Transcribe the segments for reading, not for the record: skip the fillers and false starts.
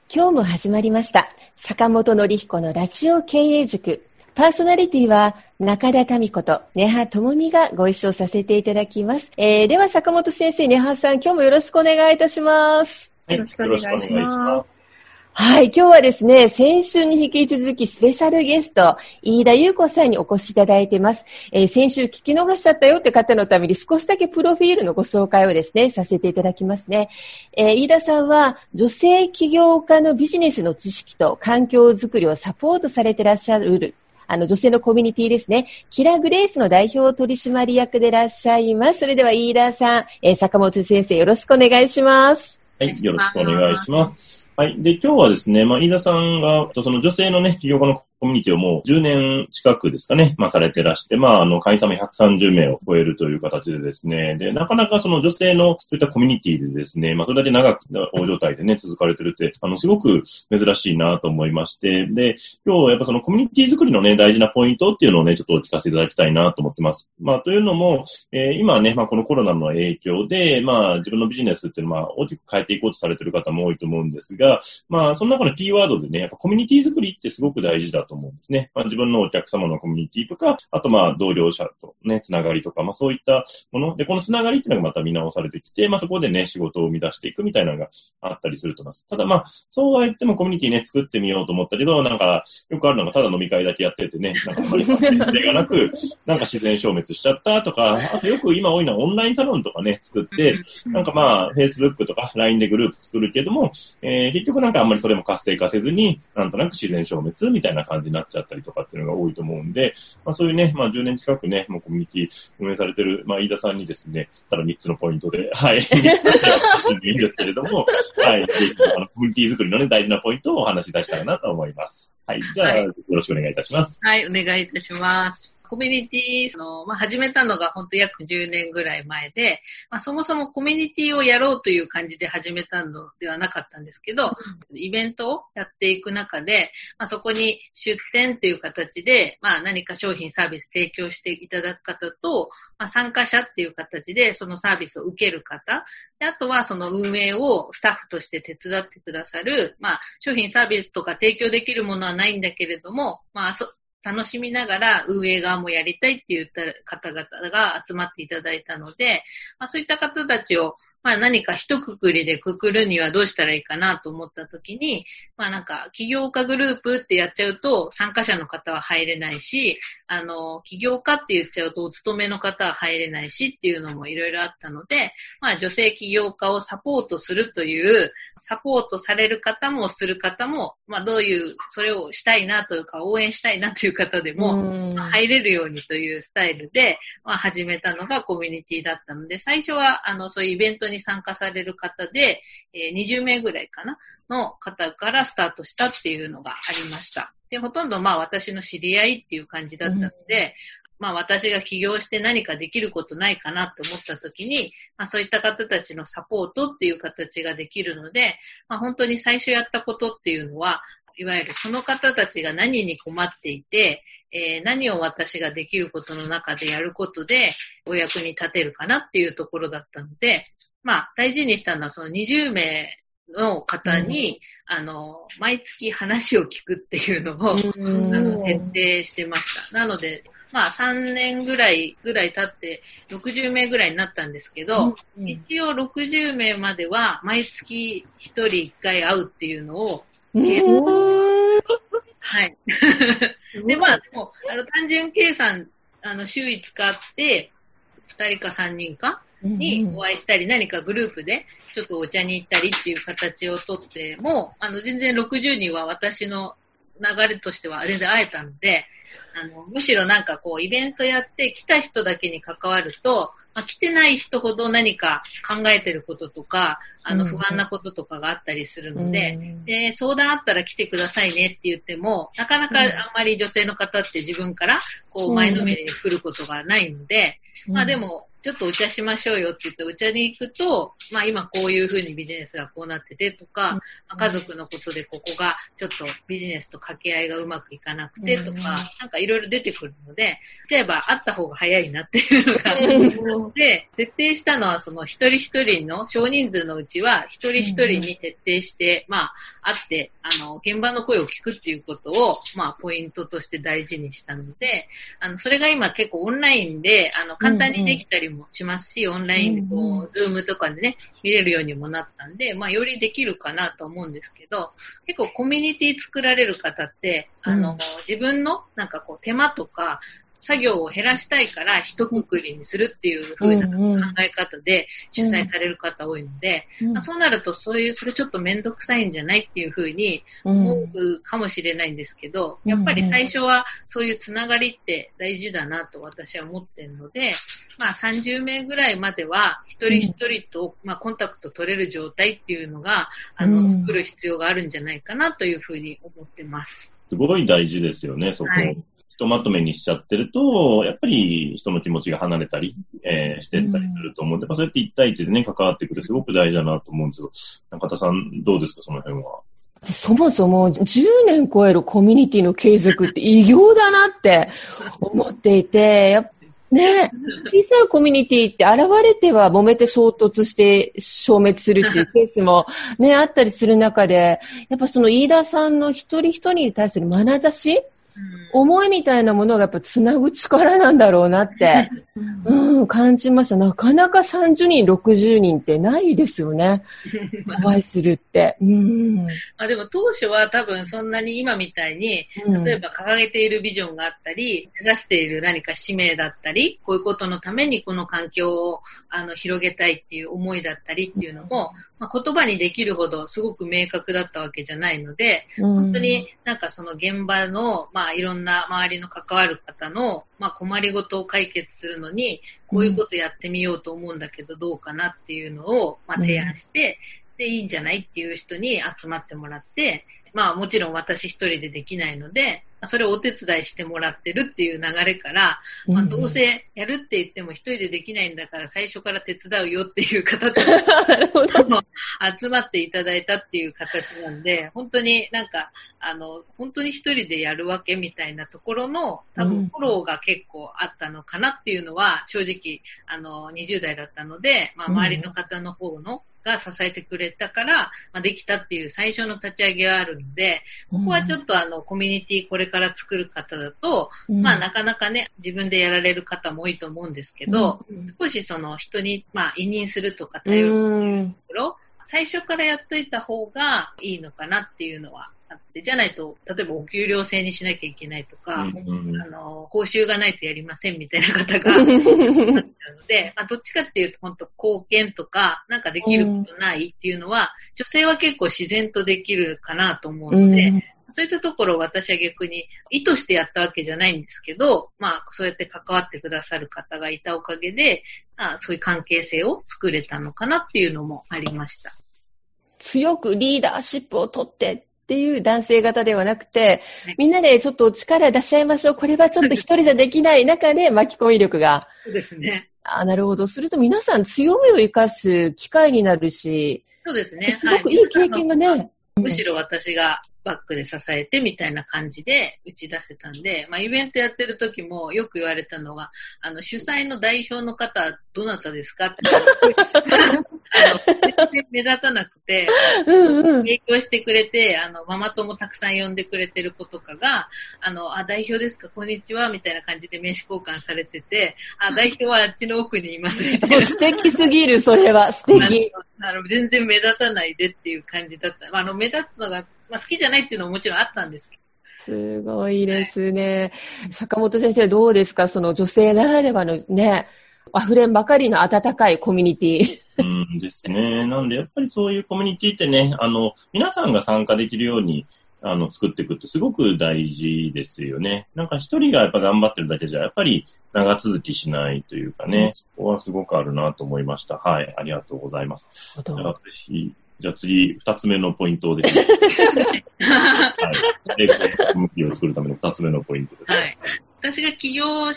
今日も始まりました。坂本典彦のラジオ経営塾。パーソナリティは中田民子と根葉智美がご一緒させていただきます。では坂本先生、根葉さん、今日もよろしくお願いいたします。 よろしくお願いします。 はい、今日はですね、先週に引き続きスペシャルゲスト、飯田優子さんにお越しいただいています。先週聞き逃しちゃったよって方のために少しだけプロフィールのご紹介をですね、させていただきますね。飯田さんは女性起業家のビジネスの知識と環境づくりをサポートされていらっしゃる、女性のコミュニティですね、キラグレースの代表取締役でいらっしゃいます。それでは飯田さん、坂本先生よろしくお願いします。 はい、よろしくお願いします。はい。で、今日はですね、飯田さんが、その女性のね、起業家のコミュニティをもう10年近くですかね、されてらして、会員様130名を超えるという形でですね、で、なかなかその女性のそういったコミュニティでですね、それだけ長く大状態でね、続かれてるって、すごく珍しいなと思いまして、で、今日やっぱそのコミュニティ作りのね、大事なポイントっていうのをね、ちょっとお聞かせいただきたいなと思ってます。というのも、今ね、このコロナの影響で、自分のビジネスっていうのは大きく変えていこうとされてる方も多いと思うんですが、その中のキーワードでね、やっぱコミュニティ作りってすごく大事だと思うんですね。自分のお客様のコミュニティとか、あと同僚者とね、つながりとか、そういったもので、このつながりっていうのがまた見直されてきて、そこでね、仕事を生み出していくみたいなのがあったりすると思います。ただそうは言ってもコミュニティね、作ってみようと思ったけど、よくあるのがただ飲み会だけやっててね、あまり発展性がなく、自然消滅しちゃったとか、あとよく今多いのはオンラインサロンとかね、作って、Facebook とか LINE でグループ作るけども、結局あんまりそれも活性化せずに、なんとなく自然消滅みたいな感じになっちゃったりとかっていうのが多いと思うんで、そういうね、10年近くね、もうコミュニティ運営されてる、飯田さんにですね、ただ3つのポイントで、はい、いいんですけれども、はい、コミュニティ作りのね、大事なポイントをお話し出したらなと思います。はい、じゃあ、よろしくお願いいたします。 はい、お願いいたします。コミュニティ始めたのが本当約10年ぐらい前で、そもそもコミュニティをやろうという感じで始めたのではなかったんですけど、イベントをやっていく中で、そこに出店という形で、何か商品サービス提供していただく方と、参加者っていう形でそのサービスを受ける方、であとはその運営をスタッフとして手伝ってくださる、商品サービスとか提供できるものはないんだけれども、楽しみながら運営側もやりたいって言った方々が集まっていただいたので、そういった方たちを何か一括りでくくるにはどうしたらいいかなと思ったときに、起業家グループってやっちゃうと参加者の方は入れないし、起業家って言っちゃうとお勤めの方は入れないしっていうのもいろいろあったので、女性起業家をサポートするという、サポートされる方もする方も、どういう、それをしたいなというか応援したいなという方でも、入れるようにというスタイルで、始めたのがコミュニティだったので、最初は、そういうイベントに参加される方で、20名ぐらいかなの方からスタートしたっていうのがありました。で、ほとんど私の知り合いっていう感じだったので、私が起業して何かできることないかなと思った時に、そういった方たちのサポートっていう形ができるので、本当に最初やったことっていうのは、いわゆるその方たちが何に困っていて、何を私ができることの中でやることでお役に立てるかなっていうところだったので、大事にしたのはその20名の方に、毎月話を聞くっていうのを、設定してました。なので、3年ぐらい経って60名ぐらいになったんですけど、一応60名までは毎月1人1回会うっていうのをはい。で、でも、単純計算、週5日って、2人か3人かにお会いしたり、何かグループで、ちょっとお茶に行ったりっていう形をとっても、全然60人は私の流れとしては全然会えたので、むしろイベントやって来た人だけに関わると、来てない人ほど何か考えてることとか、不安なこととかがあったりするので、で、相談あったら来てくださいねって言っても、なかなかあんまり女性の方って自分から、前のめりに来ることがないので、でも、 ちょっとお茶しましょうよって言ってお茶に行くと、まあ今こういうふうにビジネスがこうなっててとか、まあ、家族のことでここがちょっとビジネスと掛け合いがうまくいかなくてとか、なんかいろいろ出てくるので、じゃあ会った方が早いなっていうのがあって、徹底したのはその一人一人の少人数のうちは一人一人に徹底して、まあ会って、現場の声を聞くっていうことを、まあポイントとして大事にしたので、それが今結構オンラインで、簡単にできたりもしますし、オンラインでこう、ズームとかでね、見れるようにもなったんで、まあ、よりできるかなと思うんですけど、結構コミュニティ作られる方って、自分のなんかこう、手間とか、作業を減らしたいから一括りにするっていう風な考え方で主催される方多いので、まあ、そうなるとそれちょっとめんどくさいんじゃないっていう風に思うかもしれないんですけど、やっぱり最初はそういうつながりって大事だなと私は思っているので、まあ30名ぐらいまでは一人一人と、まあ、コンタクト取れる状態っていうのが作る必要があるんじゃないかなという風に思ってます。 すごい大事ですよね、そこ。はい、ひとまとめにしちゃってると、やっぱり人の気持ちが離れたり、してったりすると思うんで、そうやって1対1でね、関わってくるすごく大事だなと思うんですけど、中田さんどうですか、その辺は。 そもそも10年超えるコミュニティの継続って異業だなって思っていて、ね、小さいコミュニティって現れては揉めて衝突して消滅するっていうケースもね、あったりする中で、やっぱその飯田さんの一人一人に対する眼差し、思いみたいなものがやっぱつなぐ力なんだろうなって、感じました。なかなか30人、60人ってないですよね。お会いするって。 まあ、でも当初は多分そんなに今みたいに、例えば掲げているビジョンがあったり、目指している何か使命だったり、こういうことのためにこの環境を広げたいっていう思いだったりっていうのも、まあ、言葉にできるほどすごく明確だったわけじゃないので、本当になんかその現場の、まあいろんな周りの関わる方の、まあ困りごとを解決するのに、こういうことやってみようと思うんだけどどうかなっていうのを、まあ提案して、で、いいんじゃないっていう人に集まってもらって、まあもちろん私一人でできないので、それをお手伝いしてもらってるっていう流れから、まあ、どうせやるって言っても一人でできないんだから最初から手伝うよっていう形で集まっていただいたっていう形なんで、本当になんか、本当に一人でやるわけみたいなところの多分フォローが結構あったのかなっていうのは正直、20代だったので、まあ、周りの方の方のが支えてくれたから、まあ、できたっていう最初の立ち上げがあるので、ここはちょっとコミュニティこれから作る方だと、まあなかなかね、自分でやられる方も多いと思うんですけど、少しその人に、まあ委任するとか頼るところ、最初からやっといた方がいいのかなっていうのはあって、じゃないと、例えばお給料制にしなきゃいけないとか、報酬がないとやりませんみたいな方が、なので、まあ、どっちかっていうと、本当貢献とか、なんかできることないっていうのは、女性は結構自然とできるかなと思うので、そういったところを私は逆に意図してやったわけじゃないんですけど、まあ、そうやって関わってくださる方がいたおかげで、そういう関係性を作れたのかなっていうのもありました。 強くリーダーシップを取ってっていう男性型ではなくて、みんなでちょっと力出し合いましょう。これはちょっと一人じゃできない中で巻き込み力が。 そうですね。 なるほど。すると皆さん強みを生かす機会になるし、 そうですね。 すごくいい経験がね。 むしろ私がバックで支えてみたいな感じで打ち出せたんで、まあイベントやってる時もよく言われたのが、主催の代表の方どなたですかって全然目立たなくて、提供してくれて、ママ友たくさん呼んでくれてる子とかが、代表ですか、こんにちは、みたいな感じで名刺交換されてて、代表はあっちの奥にいますみたいな。 素敵すぎる、それは。素敵。 全然目立たないでっていう感じだった。目立つのが、まあ、好きじゃないっていうのももちろんあったんですけど。 すごいですね。坂本先生どうですか、その女性ならではのね、溢れんばかりの温かいコミュニティ。 ですね。なんでやっぱりそういうコミュニティってね、皆さんが参加できるように作っていくってすごく大事ですよね。なんか一人がやっぱ頑張ってるだけじゃやっぱり長続きしないというかね、そこはすごくあるなと思いました。はい、ありがとうございます。じゃあ次、二つ目のポイントをぜひ。はい。で、コミュニティを作るための二つ目のポイントです。 はい。私が起業し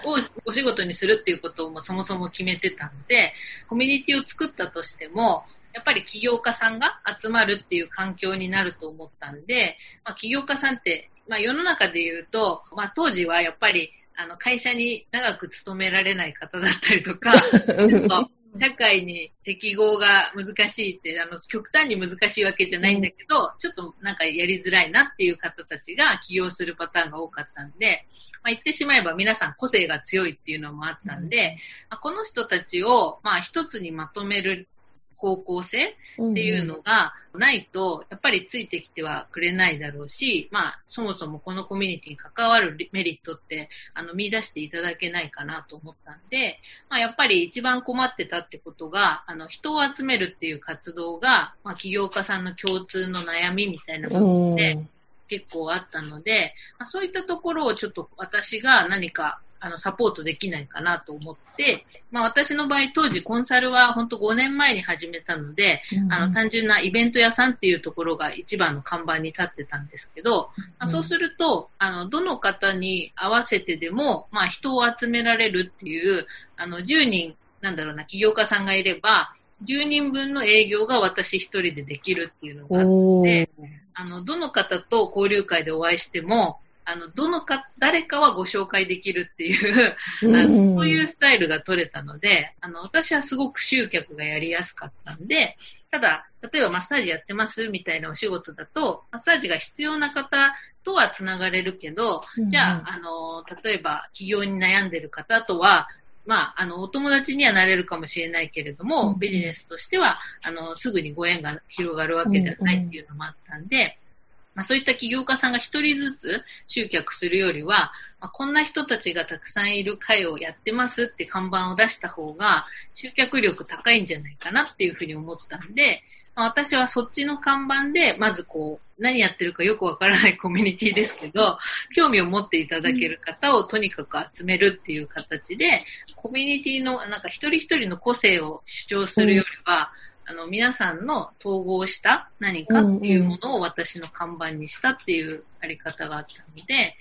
をお仕事にするっていうことをもそもそも決めてたんで、コミュニティを作ったとしても、やっぱり起業家さんが集まるっていう環境になると思ったんで、起業家さんって、世の中で言うと、当時はやっぱり、会社に長く勤められない方だったりとか、社会に適合が難しいって、極端に難しいわけじゃないんだけど、ちょっとなんかやりづらいなっていう方たちが起業するパターンが多かったんで、言ってしまえば皆さん個性が強いっていうのもあったんで、この人たちを、一つにまとめる方向性っていうのがないと、やっぱりついてきてはくれないだろうし、そもそもこのコミュニティに関わるメリットって、見出していただけないかなと思ったんで、やっぱり一番困ってたってことが、人を集めるっていう活動が、起業家さんの共通の悩みみたいなもので、結構あったので、そういったところをちょっと私が何かサポートできないかなと思って、私の場合当時コンサルは本当5年前に始めたので、単純なイベント屋さんっていうところが一番の看板に立ってたんですけど、そうすると、どの方に合わせてでも、人を集められるっていう、10人、起業家さんがいれば、10人分の営業が私一人でできるっていうのがあって、どの方と交流会でお会いしても、誰かはご紹介できるっていう、そういうスタイルが取れたので、私はすごく集客がやりやすかったんで、ただ、例えばマッサージやってますみたいなお仕事だと、マッサージが必要な方とはつながれるけど、じゃあ、例えば起業に悩んでる方とは、お友達にはなれるかもしれないけれども、ビジネスとしては、すぐにご縁が広がるわけじゃないっていうのもあったんで、そういった起業家さんが一人ずつ集客するよりは、こんな人たちがたくさんいる会をやってますって看板を出した方が集客力高いんじゃないかなっていうふうに思ったんで、私はそっちの看板で、まず何やってるかよくわからないコミュニティですけど、興味を持っていただける方をとにかく集めるっていう形で、コミュニティの一人一人の個性を主張するよりは、皆さんの統合した何かっていうものを私の看板にしたっていうあり方があったので、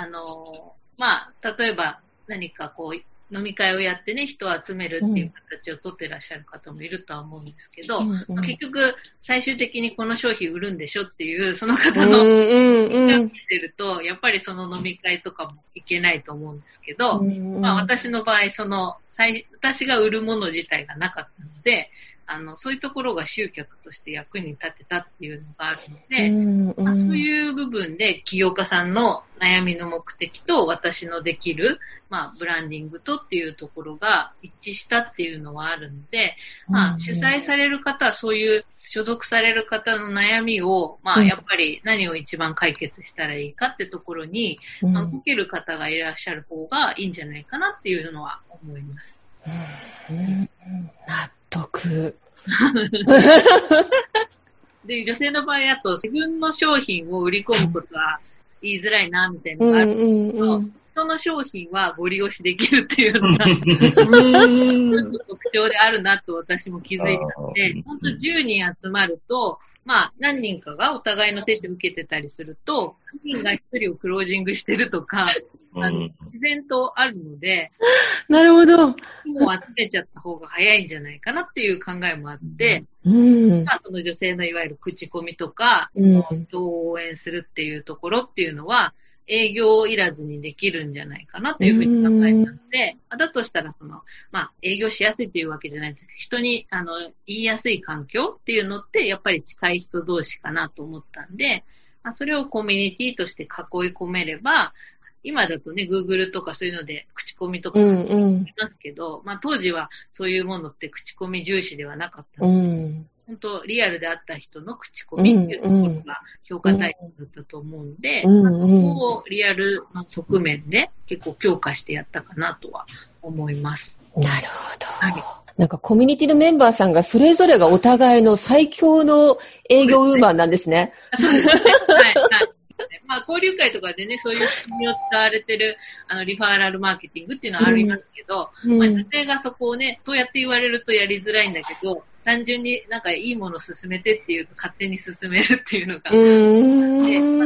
例えば何か飲み会をやってね、人を集めるっていう形をとってらっしゃる方もいるとは思うんですけど、結局最終的にこの商品売るんでしょっていう、その方のが見てると、やっぱりその飲み会とかもいけないと思うんですけど、私の場合、私が売るもの自体がなかったので、そういうところが集客として役に立てたっていうのがあるので、そういう部分で起業家さんの悩みの目的と私のできる、ブランディングとっていうところが一致したっていうのはあるので、主催される方はそういう所属される方の悩みを、やっぱり何を一番解決したらいいかってところに、動ける方がいらっしゃる方がいいんじゃないかなっていうのは思います。 納得。 で、女性の場合だと自分の商品を売り込むことは言いづらいなみたいなのがあるんですけど、人の商品はご利用しできるっていうのが特徴であるなと私も気づいたので、本当10人集まると、何人かがお互いの接種を受けてたりすると、何人が1人をクロージングしてるとか、自然とあるので、 なるほど。 もう集めちゃった方が早いんじゃないかなっていう考えもあって、その女性のいわゆる口コミとか、人を応援するっていうところっていうのは、営業いらずにできるんじゃないかなというふうに考えたので、だとしたら営業しやすいというわけじゃないですけど、人に言いやすい環境っていうのってやっぱり近い人同士かなと思ったんで、それをコミュニティとして囲い込めれば、今だとね、Google とかそういうので口コミとかありますけど、当時はそういうものって口コミ重視ではなかったので、本当リアルであった人の口コミっていうところが評価対象だったと思うんで、そこをリアルの側面で結構強化してやったかなとは思います。 なるほど。はい、なんかコミュニティのメンバーさんがそれぞれがお互いの最強の営業ウーマンなんですね。 そうですね。はいはい。交流会とかでね、そういう仕組みを使われてる、リファーラルマーケティングっていうのはありますけど、女性がそこをね、そうやって言われるとやりづらいんだけど、単純になんかいいものを進めてっていうと勝手に進めるっていうのが、で、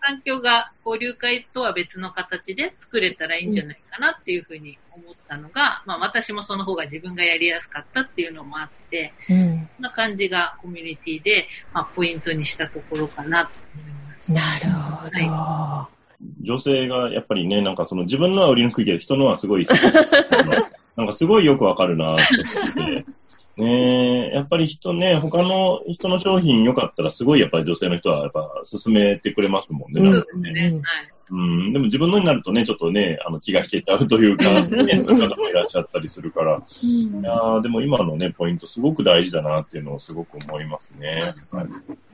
環境が交流会とは別の形で作れたらいいんじゃないかなっていうふうに思ったのが、まあ私もその方が自分がやりやすかったっていうのもあって、そんな感じがコミュニティで、まあ、ポイントにしたところかなと思います。 なるほど。はい、 女性がやっぱりね、なんかその自分のは売りにくいけど人のはすごい好きなんかすごいよくわかるなって思って。ねえ、やっぱり他の人の商品良かったらすごいやっぱり女性の人はやっぱ勧めてくれますもんね。 そうですね。 でも自分のになるとね、ちょっとね、気が引けちゃうというか、ね、方もいらっしゃったりするから。いやでも今のね、ポイントすごく大事だなっていうのをすごく思いますね。はい。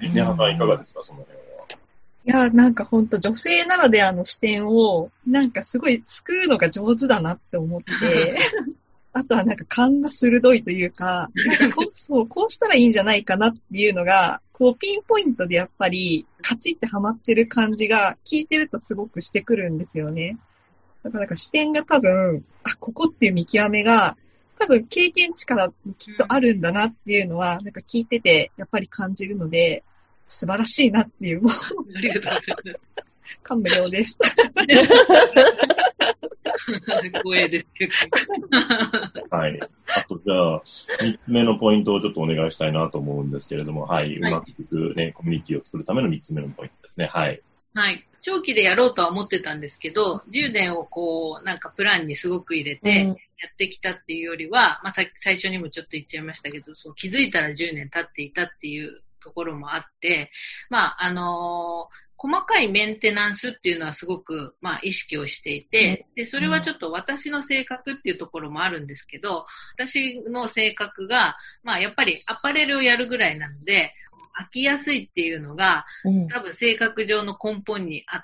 ねはさんいかがですか、その辺は。 いや、なんかほんと女性ならではの視点を、なんかすごい作るのが上手だなって思って、あとはなんか勘が鋭いというか、こうしたらいいんじゃないかなっていうのが、こうピンポイントでやっぱりカチッてハマってる感じが聞いてるとすごくしてくるんですよね。だからなんか視点が多分、ここっていう見極めが多分経験値からきっとあるんだなっていうのは、なんか聞いててやっぱり感じるので、素晴らしいなっていう、もう、 ありがとうございます。 感無量です。 光栄ですけど。 はい。あと、じゃあ、3つ目のポイントをちょっとお願いしたいなと思うんですけれども、はい。うまくいくね、コミュニティを作るための3つ目のポイントですね。はい。 はい。長期でやろうとは思ってたんですけど、10年をこう、なんかプランにすごく入れて、やってきたっていうよりは、まあ、最初にもちょっと言っちゃいましたけど、そう気づいたら10年経っていたっていうところもあって、まあ、細かいメンテナンスっていうのはすごく、まあ、意識をしていて、で、それはちょっと私の性格っていうところもあるんですけど、私の性格が、まあ、やっぱりアパレルをやるぐらいなので、飽きやすいっていうのが、多分性格上の根本にあって、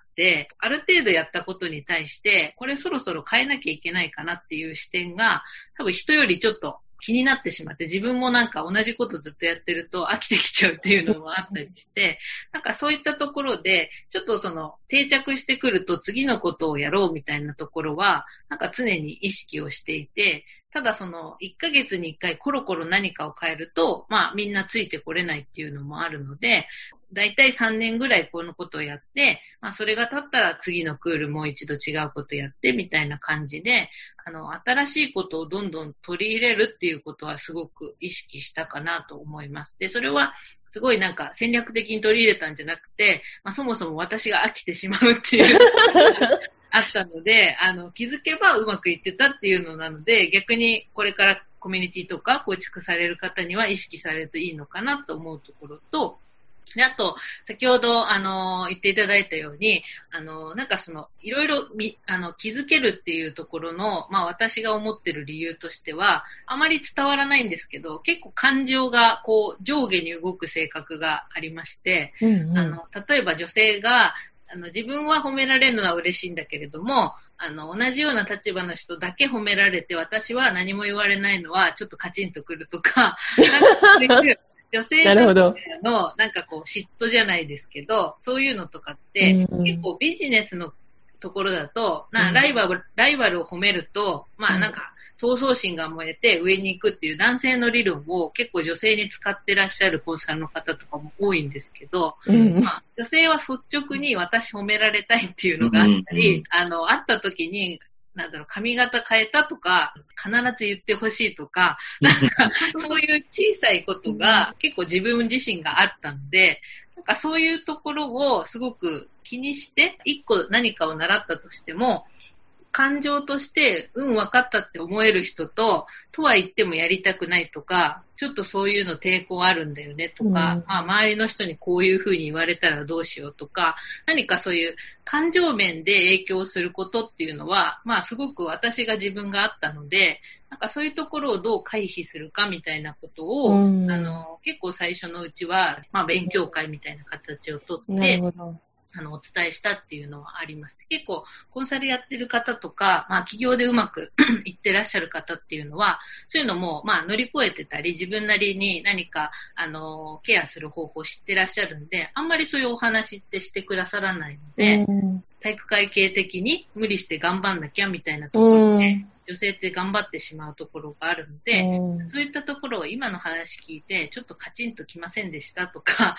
ある程度やったことに対して、これそろそろ変えなきゃいけないかなっていう視点が、多分人よりちょっと気になってしまって、自分もなんか同じことずっとやってると飽きてきちゃうっていうのもあったりして、なんかそういったところで、ちょっとその定着してくると次のことをやろうみたいなところは、なんか常に意識をしていて、ただその1ヶ月に1回コロコロ何かを変えると、まあみんなついてこれないっていうのもあるので、だいたい3年ぐらいこのことをやって、まあそれが経ったら次のクールもう一度違うことやってみたいな感じで、新しいことをどんどん取り入れるっていうことはすごく意識したかなと思います。で、それはすごいなんか戦略的に取り入れたんじゃなくて、まあそもそも私が飽きてしまうっていうあったので、気づけばうまくいってたっていうのなので、逆にこれからコミュニティとか構築される方には意識されるといいのかなと思うところと、で、あと、先ほど、言っていただいたように、なんかいろいろ気づけるっていうところの、まあ私が思ってる理由としては、あまり伝わらないんですけど、結構感情がこう上下に動く性格がありまして、例えば女性が、自分は褒められるのは嬉しいんだけれども、同じような立場の人だけ褒められて、私は何も言われないのはちょっとカチンとくるとか、女性のなんかこう嫉妬じゃないですけど、そういうのとかって、結構ビジネスのところだと、ライバルを褒めると、まあなんか闘争心が燃えて上に行くっていう男性の理論を結構女性に使ってらっしゃるコンサルの方とかも多いんですけど、まあ、女性は率直に私褒められたいっていうのがあったり、会った時に、髪型変えたとか、必ず言ってほしいとか、なんか、そういう小さいことが結構自分自身があったので、なんかそういうところをすごく気にして、一個何かを習ったとしても、感情として、分かったって思える人とは言ってもやりたくないとか、ちょっとそういうの抵抗あるんだよねとか、まあ周りの人にこういうふうに言われたらどうしようとか、何かそういう感情面で影響することっていうのは、まあすごく私が自分があったので、なんかそういうところをどう回避するかみたいなことを、結構最初のうちは、まあ勉強会みたいな形をとって、お伝えしたっていうのはあります。結構、コンサルやってる方とか、まあ、企業でうまくいってらっしゃる方っていうのは、そういうのも、まあ、乗り越えてたり、自分なりに何か、ケアする方法を知ってらっしゃるんで、あんまりそういうお話ってしてくださらないので、体育会系的に無理して頑張んなきゃみたいなところで、 女性って頑張ってしまうところがあるので、そういったところを今の話聞いて、ちょっとカチンときませんでしたとか、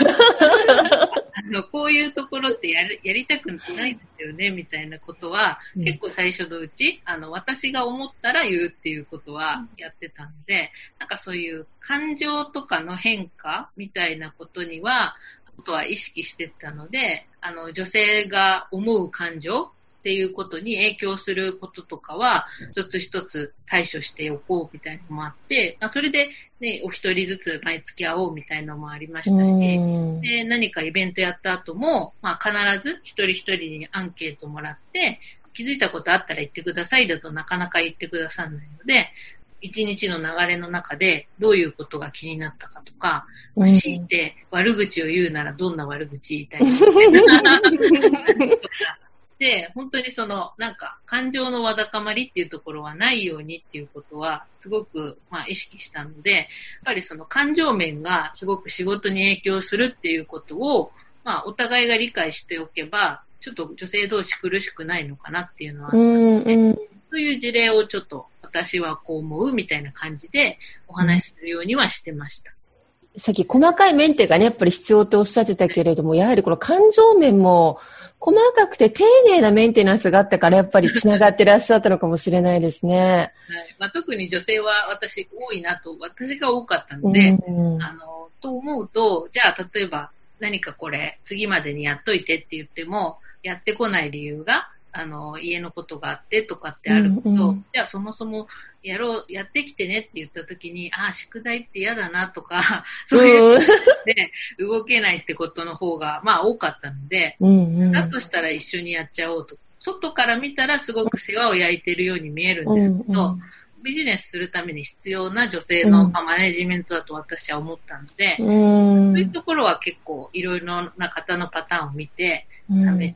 こういうところってやりたくないですよね、みたいなことは、結構最初のうち、私が思ったら言うっていうことはやってたので、なんかそういう感情とかの変化みたいなことは意識してたので、女性が思う感情っていうことに影響することとかは、一つ一つ対処しておこうみたいなのもあって、それでね、お一人ずつ毎月会おうみたいなのもありましたし、で、何かイベントやった後も、必ず一人一人にアンケートもらって、気づいたことあったら言ってくださいだとなかなか言ってくださらないので、一日の流れの中でどういうことが気になったかとか、強いて悪口を言うならどんな悪口言いたいとか、で、本当になんか、感情のわだかまりっていうところはないようにっていうことは、すごく、意識したので、やっぱり感情面がすごく仕事に影響するっていうことを、お互いが理解しておけば、ちょっと女性同士苦しくないのかなっていうのはあったので、そういう事例をちょっと、私はこう思うみたいな感じでお話しするようにはしてました。 さっき細かいメンテがね、やっぱり必要とおっしゃってたけれども、やはりこの感情面も細かくて丁寧なメンテナンスがあったから、やっぱりつながってらっしゃったのかもしれないですね。 はい。特に女性は私多いなと、私が多かったので、と思うと、じゃあ例えば何かこれ次までにやっといてって言っても、やってこない理由が、家のことがあってとかってあると、じゃあそもそもやってきてねって言った時に、宿題って嫌だなとか、そういうで動けないってことの方が、多かったので、だとしたら一緒にやっちゃおうと。外から見たらすごく世話を焼いてるように見えるんですけど、ビジネスするために必要な女性の、マネジメントだと私は思ったので、そういうところは結構いろいろな方のパターンを見て、試して、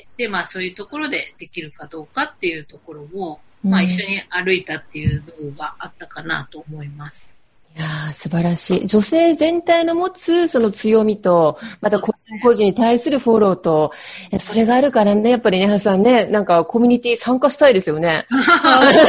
で、そういうところでできるかどうかっていうところを、一緒に歩いたっていう部分があったかなと思います。 いやー、素晴らしい。女性全体の持つその強みと、また個人に対するフォローと、それがあるからね、やっぱりね、はさんね、なんかコミュニティ参加したいですよね。 なんか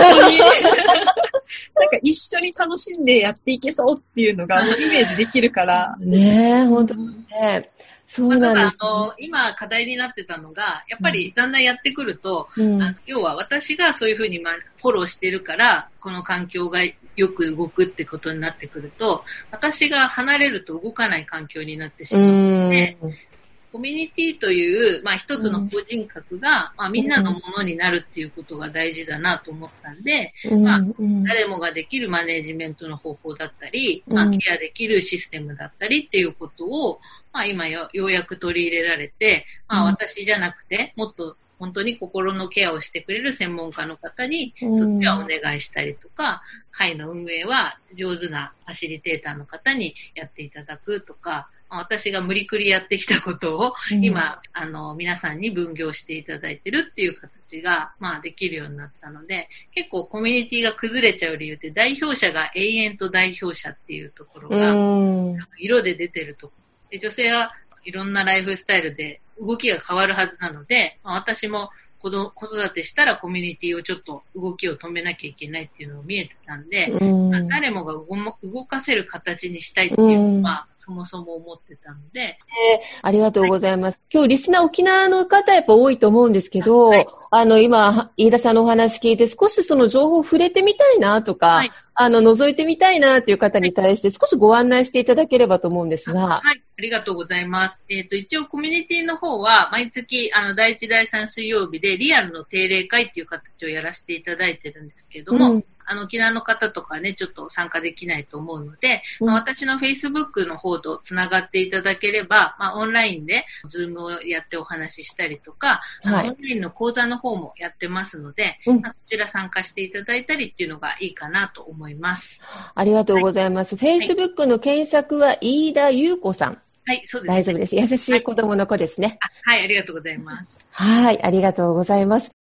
一緒に楽しんでやっていけそうっていうのがイメージできるから。 ねえ、本当にね。そうなんです、ね。 今課題になってたのが、やっぱりだんだんやってくると、要は私がそういうふうにフォローしてるから、この環境がよく動くってことになってくると、私が離れると動かない環境になってしまうので、コミュニティという、一つの個人格が、みんなのものになるっていうことが大事だなと思ったんで、誰もができるマネジメントの方法だったり、ケアできるシステムだったりっていうことを、今ようやく取り入れられて、私じゃなくて、もっと本当に心のケアをしてくれる専門家の方に、そっちはお願いしたりとか、会の運営は上手なファシリテーターの方にやっていただくとか、私が無理くりやってきたことを、今、皆さんに分業していただいてるっていう形が、できるようになったので、結構コミュニティが崩れちゃう理由って、代表者が永遠と代表者っていうところが、色で出てるところ。で、女性はいろんなライフスタイルで動きが変わるはずなので、私も子育てしたらコミュニティをちょっと動きを止めなきゃいけないっていうのを見えてたんで、誰もが動かせる形にしたいっていうのは、そもそも思ってたので。 ありがとうございます。今日リスナー沖縄の方やっぱ多いと思うんですけど、今、飯田さんのお話聞いて少しその情報を触れてみたいなとか、覗いてみたいなっていう方に対して少しご案内していただければと思うんですが。 はい、ありがとうございます。一応コミュニティの方は毎月、第1、第3水曜日でリアルの定例会っていう形をやらせていただいてるんですけども、沖縄の方とかね、ちょっと参加できないと思うので、私の Facebook の方とつながっていただければ、オンラインで Zoom をやってお話ししたりとか、オンラインの講座の方もやってますので、そちら参加していただいたりっていうのがいいかなと思います。 ありがとうございます。Facebook の検索は飯田優子さん。 はい、そうです、ね。 大丈夫です。優しい子供の子ですね。 はい、ありがとうございます。 はい、ありがとうございます。